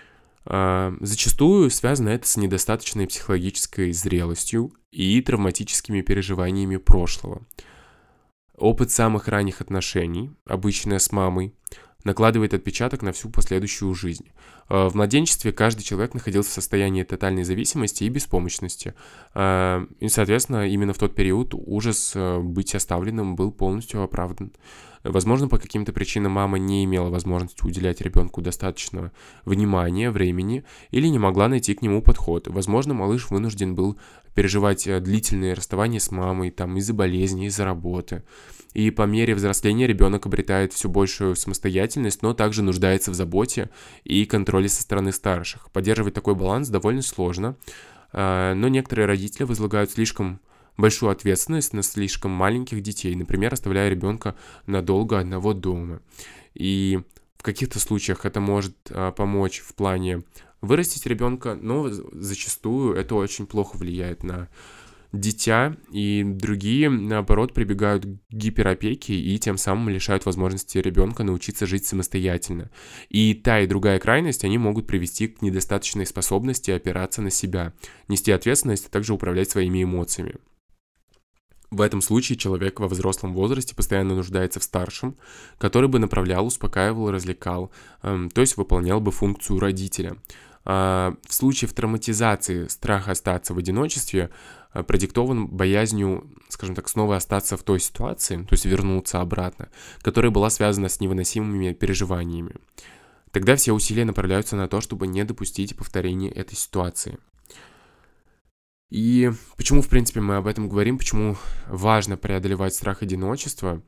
Зачастую связано это с недостаточной психологической зрелостью и травматическими переживаниями прошлого. Опыт самых ранних отношений, обычно с мамой, накладывает отпечаток на всю последующую жизнь. В младенчестве каждый человек находился в состоянии тотальной зависимости и беспомощности. И, соответственно, именно в тот период ужас быть оставленным был полностью оправдан. Возможно, по каким-то причинам мама не имела возможности уделять ребенку достаточно внимания, времени или не могла найти к нему подход. Возможно, малыш вынужден был переживать длительные расставания с мамой, там, из-за болезни, из-за работы. И по мере взросления ребенок обретает все большую самостоятельность, но также нуждается в заботе и контроле со стороны старших. Поддерживать такой баланс довольно сложно, но некоторые родители возлагают слишком большую ответственность на слишком маленьких детей, например, оставляя ребенка надолго одного дома. И в каких-то случаях это может помочь в плане вырастить ребенка, но зачастую это очень плохо влияет на дитя, и другие, наоборот, прибегают к гиперопеке и тем самым лишают возможности ребенка научиться жить самостоятельно. И та, и другая крайность, они могут привести к недостаточной способности опираться на себя, нести ответственность, а также управлять своими эмоциями. В этом случае человек во взрослом возрасте постоянно нуждается в старшем, который бы направлял, успокаивал, развлекал, то есть выполнял бы функцию родителя. В случае травматизации страх остаться в одиночестве продиктован боязнью, скажем так, снова остаться в той ситуации, то есть вернуться обратно, которая была связана с невыносимыми переживаниями. Тогда все усилия направляются на то, чтобы не допустить повторения этой ситуации. И почему, в принципе, мы об этом говорим, почему важно преодолевать страх одиночества?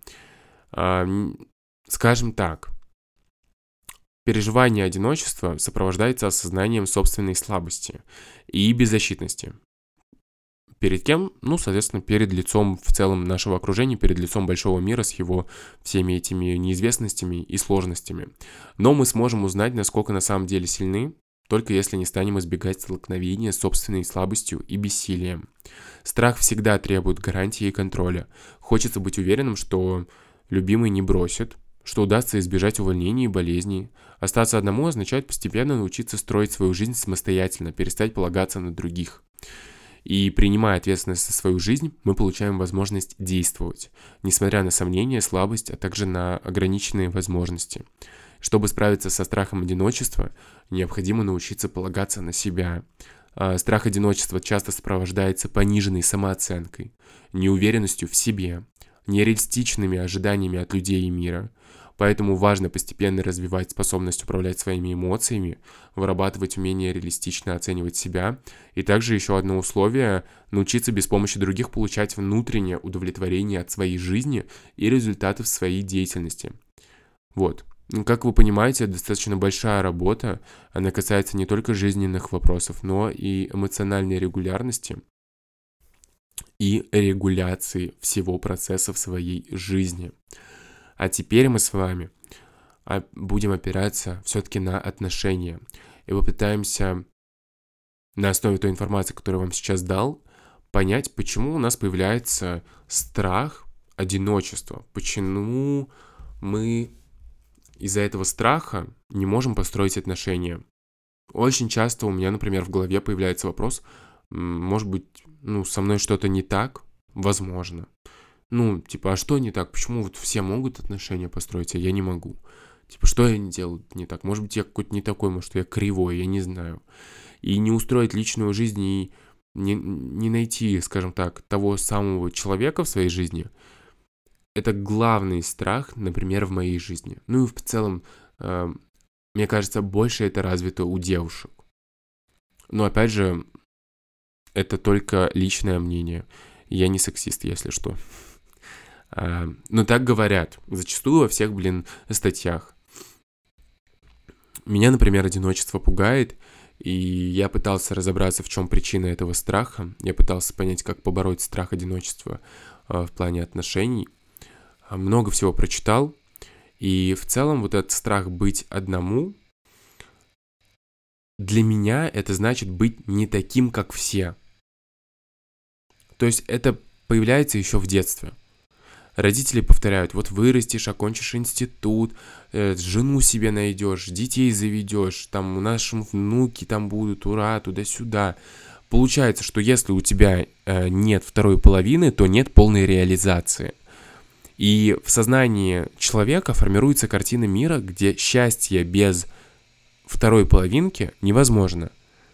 Скажем так, переживание одиночества сопровождается осознанием собственной слабости и беззащитности. Перед кем? Ну, соответственно, перед лицом в целом нашего окружения, перед лицом большого мира с его всеми этими неизвестностями и сложностями. Но мы сможем узнать, насколько на самом деле сильны, только если не станем избегать столкновения с собственной слабостью и бессилием. Страх всегда требует гарантии и контроля. Хочется быть уверенным, что любимый не бросит, что удастся избежать увольнений и болезней. Остаться одному означает постепенно научиться строить свою жизнь самостоятельно, перестать полагаться на других. И принимая ответственность за свою жизнь, мы получаем возможность действовать, несмотря на сомнения, слабость, а также на ограниченные возможности. Чтобы справиться со страхом одиночества, необходимо научиться полагаться на себя. Страх одиночества часто сопровождается пониженной самооценкой, неуверенностью в себе, нереалистичными ожиданиями от людей и мира. Поэтому важно постепенно развивать способность управлять своими эмоциями, вырабатывать умение реалистично оценивать себя. И также еще одно условие – научиться без помощи других получать внутреннее удовлетворение от своей жизни и результатов своей деятельности. Вот. Как вы понимаете, это достаточно большая работа. Она касается не только жизненных вопросов, но и эмоциональной регулярности и регуляции всего процесса в своей жизни. А теперь мы с вами будем опираться все-таки на отношения. И попытаемся на основе той информации, которую я вам сейчас дал, понять, почему у нас появляется страх одиночества. Почему мы из-за этого страха не можем построить отношения. Очень часто у меня, например, в голове появляется вопрос, может быть, со мной что-то не так? Возможно. А что не так? Почему вот все могут отношения построить, а я не могу? Что я не делаю не так? Может быть, я какой-то не такой, может, я кривой, я не знаю. И не устроить личную жизнь, и не найти, скажем так, того самого человека в своей жизни, это главный страх, например, в моей жизни. И в целом, мне кажется, больше это развито у девушек. Но опять же, это только личное мнение. Я не сексист, если что. Но так говорят. Зачастую во всех, статьях. Меня, например, одиночество пугает, и я пытался разобраться, в чем причина этого страха. Я пытался понять, как побороть страх одиночества в плане отношений. Много всего прочитал, и в целом вот этот страх быть одному, для меня это значит быть не таким, как все. То есть это появляется еще в детстве. Родители повторяют, вот вырастешь, окончишь институт, жену себе найдешь, детей заведешь, там у наши внуки там будут, ура, туда-сюда. Получается, что если у тебя нет второй половины, то нет полной реализации. И в сознании человека формируется картина мира, где счастье без второй половинки невозможно.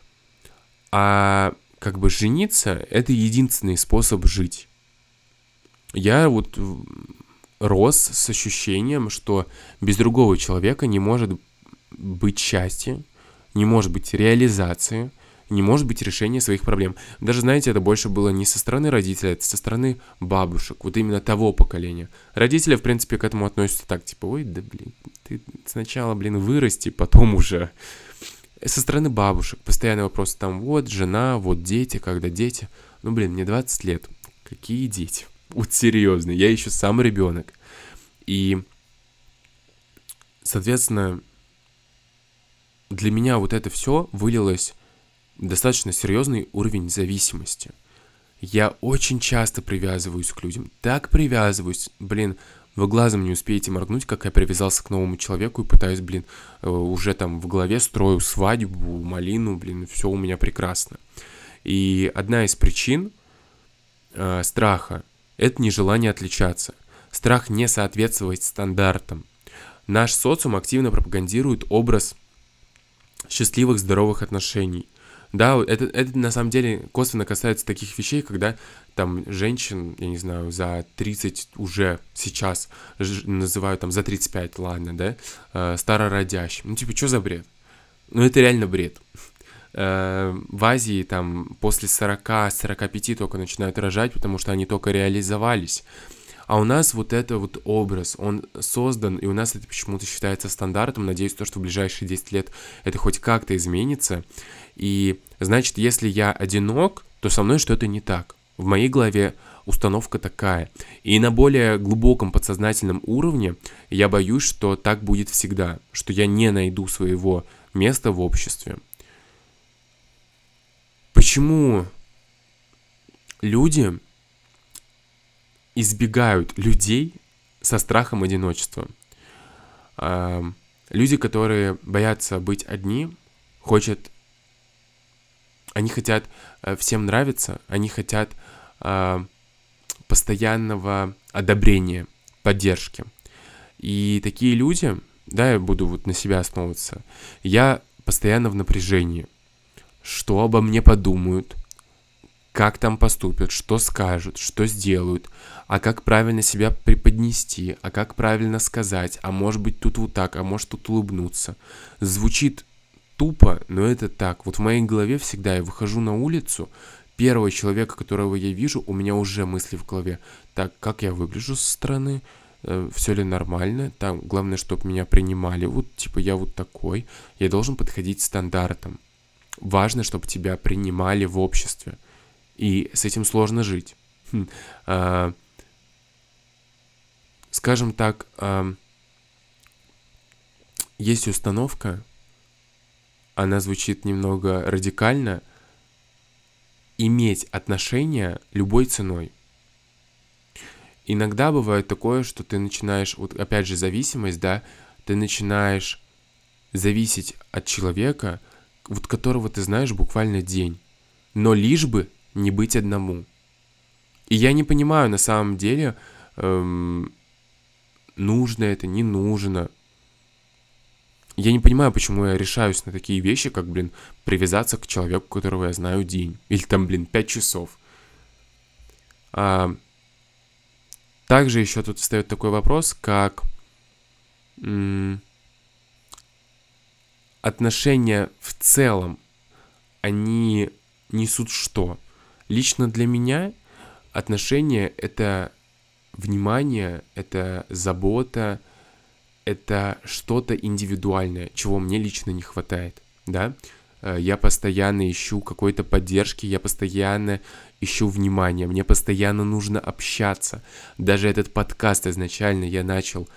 А как бы жениться — это единственный способ жить. Я вот рос с ощущением, что без другого человека не может быть счастья, не может быть реализации, не может быть решения своих проблем. Даже, знаете, это больше было не со стороны родителей, это со стороны бабушек, вот именно того поколения. Родители, в принципе, к этому относятся так, типа, ой, да, блин, ты сначала, вырасти, потом уже. Со стороны бабушек постоянный вопрос там, вот жена, вот дети, когда дети. Мне 20 лет, какие дети? Вот серьезно, я еще сам ребенок. И, соответственно, для меня вот это все вылилось в достаточно серьезный уровень зависимости. Я очень часто привязываюсь к людям. Так привязываюсь, вы глазом не успеете моргнуть, как я привязался к новому человеку и пытаюсь, уже там в голове строю свадьбу, малину, все у меня прекрасно. И одна из причин страха — это нежелание отличаться. Страх не соответствовать стандартам. Наш социум активно пропагандирует образ счастливых, здоровых отношений. Да, это на самом деле косвенно касается таких вещей, когда там женщин, я не знаю, за 30 уже сейчас называют там за 35, ладно, да, старородящим. Что за бред? Это реально бред. В Азии там после 40-45 только начинают рожать, потому что они только реализовались. А у нас вот это вот образ, он создан, и у нас это почему-то считается стандартом. Надеюсь, что в ближайшие 10 лет это хоть как-то изменится. И значит, если я одинок, то со мной что-то не так. В моей голове установка такая. И на более глубоком подсознательном уровне я боюсь, что так будет всегда, что я не найду своего места в обществе. Почему люди избегают людей со страхом одиночества? Люди, которые боятся быть одни, они хотят всем нравиться, они хотят постоянного одобрения, поддержки. И такие люди, да, я буду вот на себя основываться, я постоянно в напряжении. Что обо мне подумают, как там поступят, что скажут, что сделают, а как правильно себя преподнести, а как правильно сказать, а может быть тут вот так, а может тут улыбнуться. Звучит тупо, но это так. Вот в моей голове всегда я выхожу на улицу, первого человека, которого я вижу, у меня уже мысли в голове. Так, как я выгляжу со стороны, все ли нормально, там, главное, чтобы меня принимали, вот, я вот такой, я должен подходить стандартам. Важно, чтобы тебя принимали в обществе. И с этим сложно жить. Скажем так, есть установка, она звучит немного радикально, иметь отношения любой ценой. Иногда бывает такое, что ты начинаешь, вот опять же зависимость, да, ты начинаешь зависеть от человека, вот которого ты знаешь буквально день, но лишь бы не быть одному. И я не понимаю на самом деле, нужно это, не нужно. Я не понимаю, почему я решаюсь на такие вещи, как, привязаться к человеку, которого я знаю день. Или там, 5 часов. Также еще тут встает такой вопрос, как отношения в целом, они несут что? Лично для меня отношения — это внимание, это забота, это что-то индивидуальное, чего мне лично не хватает, да? Я постоянно ищу какой-то поддержки, я постоянно ищу внимания, мне постоянно нужно общаться. Даже этот подкаст изначально я начал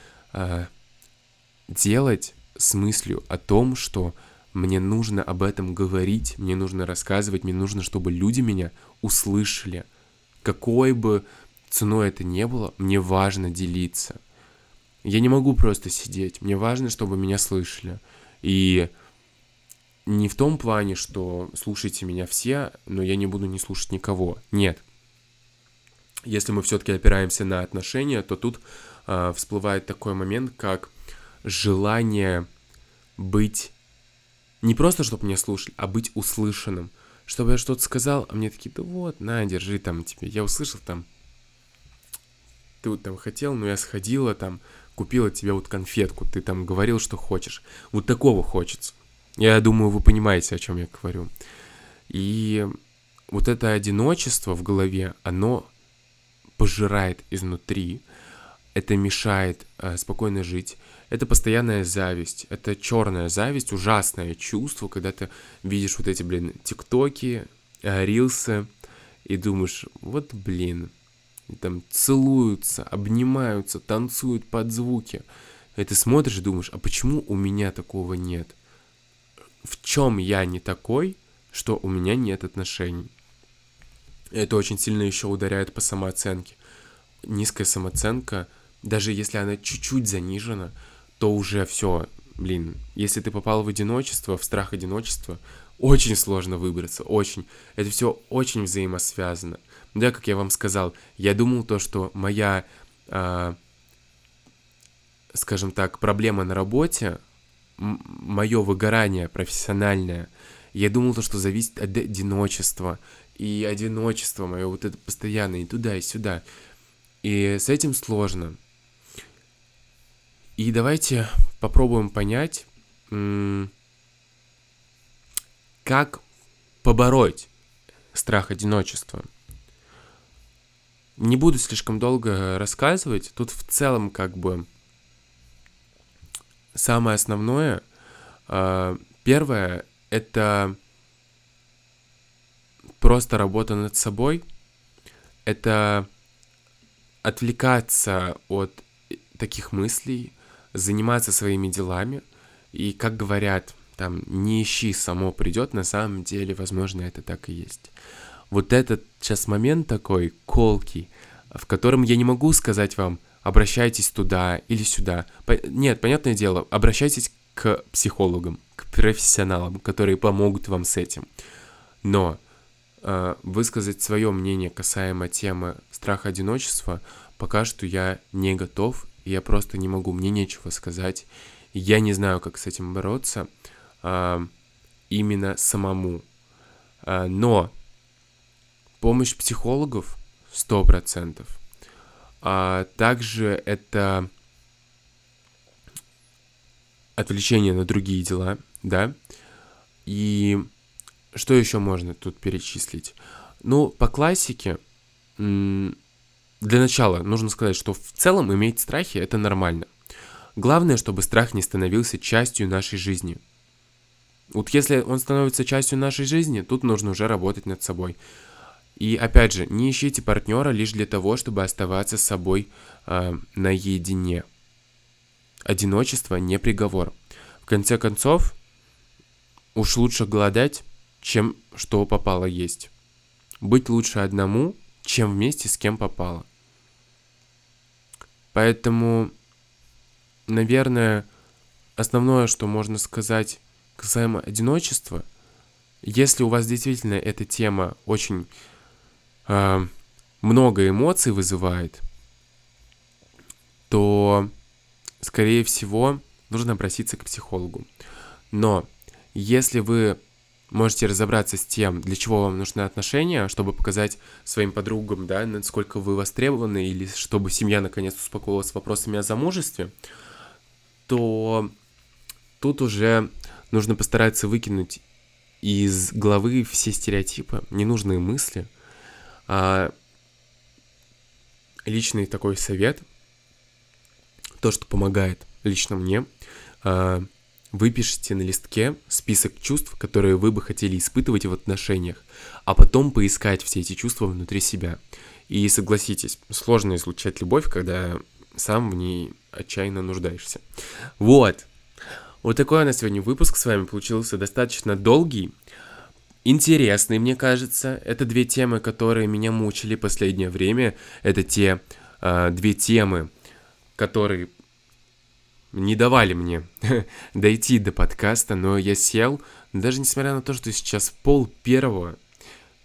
делать с мыслью о том, что мне нужно об этом говорить, мне нужно рассказывать, мне нужно, чтобы люди меня услышали. Какой бы ценой это ни было, мне важно делиться. Я не могу просто сидеть, мне важно, чтобы меня слышали. И не в том плане, что слушайте меня все, но я не буду не слушать никого. Нет. если мы все-таки опираемся на отношения, то тут всплывает такой момент, как желание быть не просто, чтобы меня слушали, а быть услышанным. Чтобы я что-то сказал, а мне такие, да вот, на, держи там тебе. Я услышал там, ты вот там хотел, но я сходила там, купила тебе вот конфетку, ты там говорил, что хочешь. Вот такого хочется. Я думаю, вы понимаете, о чем я говорю. И вот это одиночество в голове, оно пожирает изнутри, это мешает спокойно жить. Это постоянная зависть, это черная зависть, ужасное чувство, когда ты видишь вот эти, тиктоки, рилсы, и думаешь, вот, и там целуются, обнимаются, танцуют под звуки. И ты смотришь и думаешь, а почему у меня такого нет? В чем я не такой, что у меня нет отношений? Это очень сильно еще ударяет по самооценке. Низкая самооценка, даже если она чуть-чуть занижена, то уже все, если ты попал в одиночество, в страх одиночества, очень сложно выбраться, очень. Это все очень взаимосвязано. Да, как я вам сказал, я думал то, что моя, скажем так, проблема на работе, мое выгорание профессиональное, я думал то, что зависит от одиночества. И одиночество мое вот это постоянное, и туда, и сюда. И с этим сложно. И давайте попробуем понять, как побороть страх одиночества. Не буду слишком долго рассказывать. Тут в целом самое основное. Первое — это просто работа над собой. Это отвлекаться от таких мыслей, заниматься своими делами. И, как говорят, там, не ищи, само придет, на самом деле, возможно, это так и есть. Вот этот сейчас момент такой колкий, в котором я не могу сказать вам, обращайтесь туда или сюда. Нет, понятное дело, обращайтесь к психологам, к профессионалам, которые помогут вам с этим. Но высказать свое мнение касаемо темы страха одиночества пока что я не готов, и я просто не могу, мне нечего сказать. Я не знаю, как с этим бороться именно самому. Но помощь психологов 100%. Также это отвлечение на другие дела, да. И что еще можно тут перечислить? Ну, по классике, для начала нужно сказать, что в целом иметь страхи — это нормально. Главное, чтобы страх не становился частью нашей жизни. Вот если он становится частью нашей жизни, тут нужно уже работать над собой. И опять же, не ищите партнера лишь для того, чтобы оставаться с собой наедине. Одиночество не приговор. В конце концов, уж лучше голодать, чем что попало есть. Быть лучше одному, чем вместе с кем попало. Поэтому, наверное, основное, что можно сказать касаемо одиночества, если у вас действительно эта тема очень много эмоций вызывает, то, скорее всего, нужно обратиться к психологу. Но если вы можете разобраться с тем, для чего вам нужны отношения, чтобы показать своим подругам, да, насколько вы востребованы, или чтобы семья наконец успокоилась с вопросами о замужестве, то тут уже нужно постараться выкинуть из головы все стереотипы, ненужные мысли. Личный такой совет, то, что помогает лично мне, выпишите на листке список чувств, которые вы бы хотели испытывать в отношениях, а потом поискать все эти чувства внутри себя. И согласитесь, сложно излучать любовь, когда сам в ней отчаянно нуждаешься. Вот такой у нас сегодня выпуск с вами получился достаточно долгий, интересный, мне кажется. Это две темы, которые меня мучили последнее время. Это те две темы, которые не давали мне дойти до подкаста, но я сел, даже несмотря на то, что сейчас 12:30,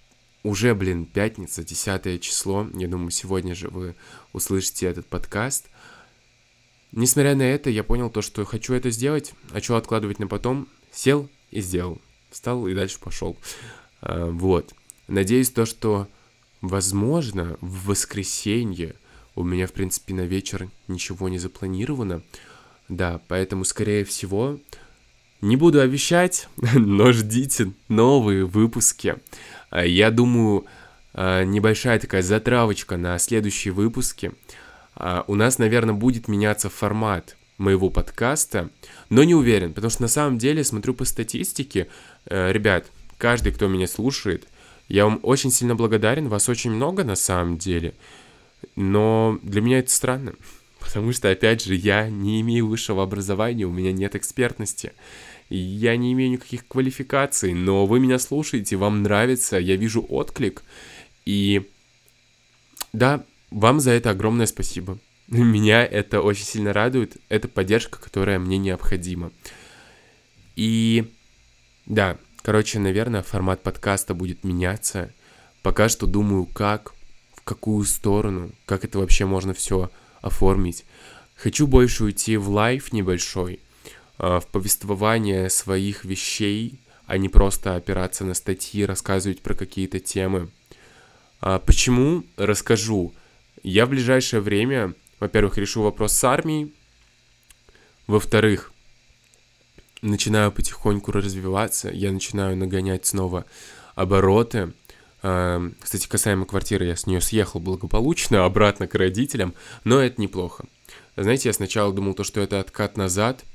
уже, пятница, 10 число. Я думаю, сегодня же вы услышите этот подкаст. Несмотря на это, я понял то, что хочу это сделать, а что откладывать на потом. Сел и сделал. Встал и дальше пошел. Вот. Надеюсь, то, что, возможно, в воскресенье у меня, в принципе, на вечер ничего не запланировано. Да, поэтому, скорее всего, не буду обещать, но ждите новые выпуски. Я думаю, небольшая такая затравочка на следующие выпуски. У нас, наверное, будет меняться формат моего подкаста, но не уверен, потому что на самом деле смотрю по статистике. Ребят, каждый, кто меня слушает, я вам очень сильно благодарен, вас очень много на самом деле, но для меня это странно, потому что, опять же, я не имею высшего образования, у меня нет экспертности, я не имею никаких квалификаций, но вы меня слушаете, вам нравится, я вижу отклик, и да, вам за это огромное спасибо. Меня это очень сильно радует, это поддержка, которая мне необходима. И да, наверное, формат подкаста будет меняться. Пока что думаю, в какую сторону, как это вообще можно все оформить. Хочу больше уйти в лайв небольшой, в повествование своих вещей, а не просто опираться на статьи, рассказывать про какие-то темы. Почему? Расскажу. Я в ближайшее время, во-первых, решу вопрос с армией, во-вторых, начинаю потихоньку развиваться, я начинаю нагонять снова обороты. Кстати, касаемо квартиры, я с нее съехал благополучно, обратно к родителям, но это неплохо. Знаете, я сначала думал, что это откат назад,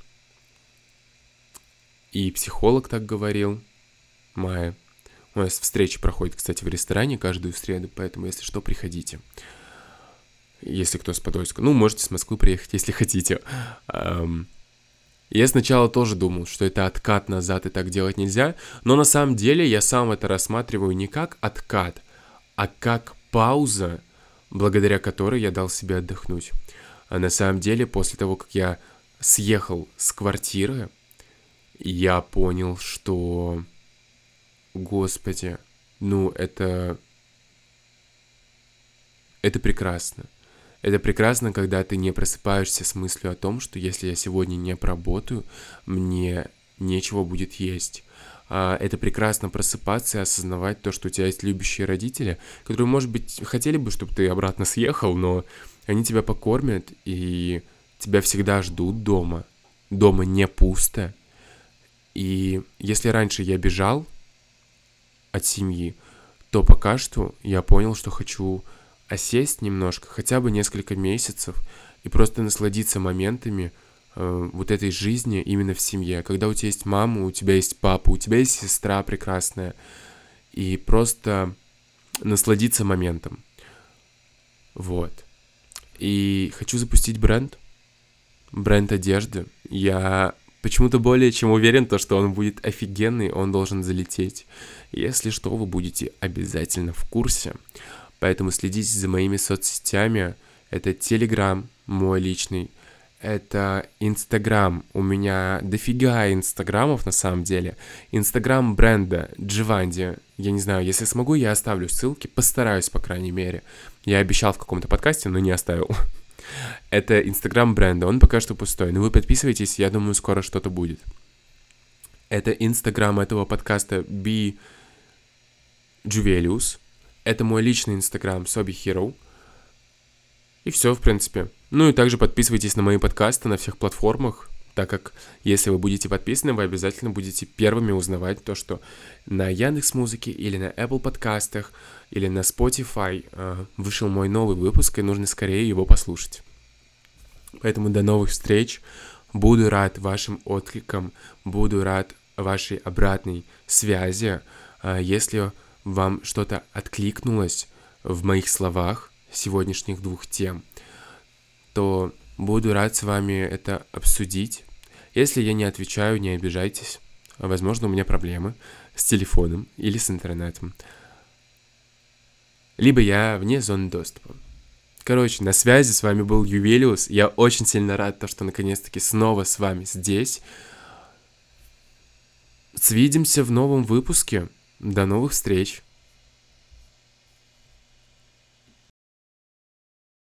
и психолог так говорил, Майя. У нас встреча проходит, кстати, в ресторане каждую среду, поэтому, если что, приходите. Если кто с Подольска. Можете с Москвы приехать, если хотите. Я сначала тоже думал, что это откат назад и так делать нельзя, но на самом деле я сам это рассматриваю не как откат, а как пауза, благодаря которой я дал себе отдохнуть. А на самом деле, после того, как я съехал с квартиры, я понял, что... Господи, это прекрасно. Это прекрасно, когда ты не просыпаешься с мыслью о том, что если я сегодня не поработаю, мне нечего будет есть. Это прекрасно просыпаться и осознавать то, что у тебя есть любящие родители, которые, может быть, хотели бы, чтобы ты обратно съехал, но они тебя покормят, и тебя всегда ждут дома. Дома не пусто. И если раньше я бежал от семьи, то пока что я понял, что хочу осесть немножко, хотя бы несколько месяцев, и просто насладиться моментами вот этой жизни именно в семье. Когда у тебя есть мама, у тебя есть папа, у тебя есть сестра прекрасная, и просто насладиться моментом. Вот. И хочу запустить бренд одежды. Я почему-то более чем уверен, что он будет офигенный, он должен залететь. Если что, вы будете обязательно в курсе. Поэтому следите за моими соцсетями. Это Telegram, мой личный. Это Instagram. У меня дофига инстаграмов на самом деле. Инстаграм бренда Дживанди. Я не знаю, если смогу, я оставлю ссылки. Постараюсь, по крайней мере. Я обещал в каком-то подкасте, но не оставил. Это Инстаграм бренда. Он пока что пустой. Но вы подписывайтесь, я думаю, скоро что-то будет. Это Инстаграм этого подкаста Be Juvelius. Это мой личный Инстаграм Sobi Hero. И все, в принципе. И также подписывайтесь на мои подкасты на всех платформах, так как если вы будете подписаны, вы обязательно будете первыми узнавать то, что на Яндекс.Музыке или на Apple подкастах или на Spotify вышел мой новый выпуск, и нужно скорее его послушать. Поэтому до новых встреч. Буду рад вашим откликам, буду рад вашей обратной связи. Если вам что-то откликнулось в моих словах сегодняшних 2 тем, то буду рад с вами это обсудить. Если я не отвечаю, не обижайтесь. Возможно, у меня проблемы с телефоном или с интернетом. Либо я вне зоны доступа. На связи с вами был Ювелиус. Я очень сильно рад, что наконец-таки снова с вами здесь. Свидимся в новом выпуске. До новых встреч.